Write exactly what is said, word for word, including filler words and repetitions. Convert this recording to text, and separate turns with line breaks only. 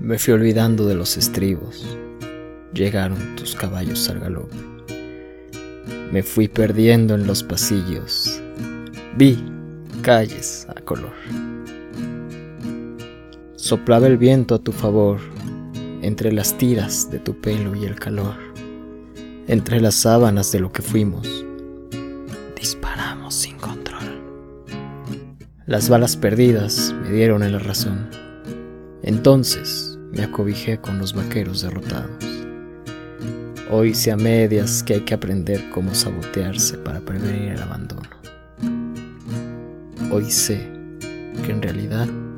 Me fui olvidando de los estribos, llegaron tus caballos al galope. Me fui perdiendo en los pasillos, vi calles a color. Soplaba el viento a tu favor, entre las tiras de tu pelo y el calor, entre las sábanas de lo que fuimos, disparamos sin control. Las balas perdidas me dieron en la razón, entonces me acobijé con los vaqueros derrotados. Hoy sé a medias que hay que aprender cómo sabotearse para prevenir el abandono. Hoy sé que en realidad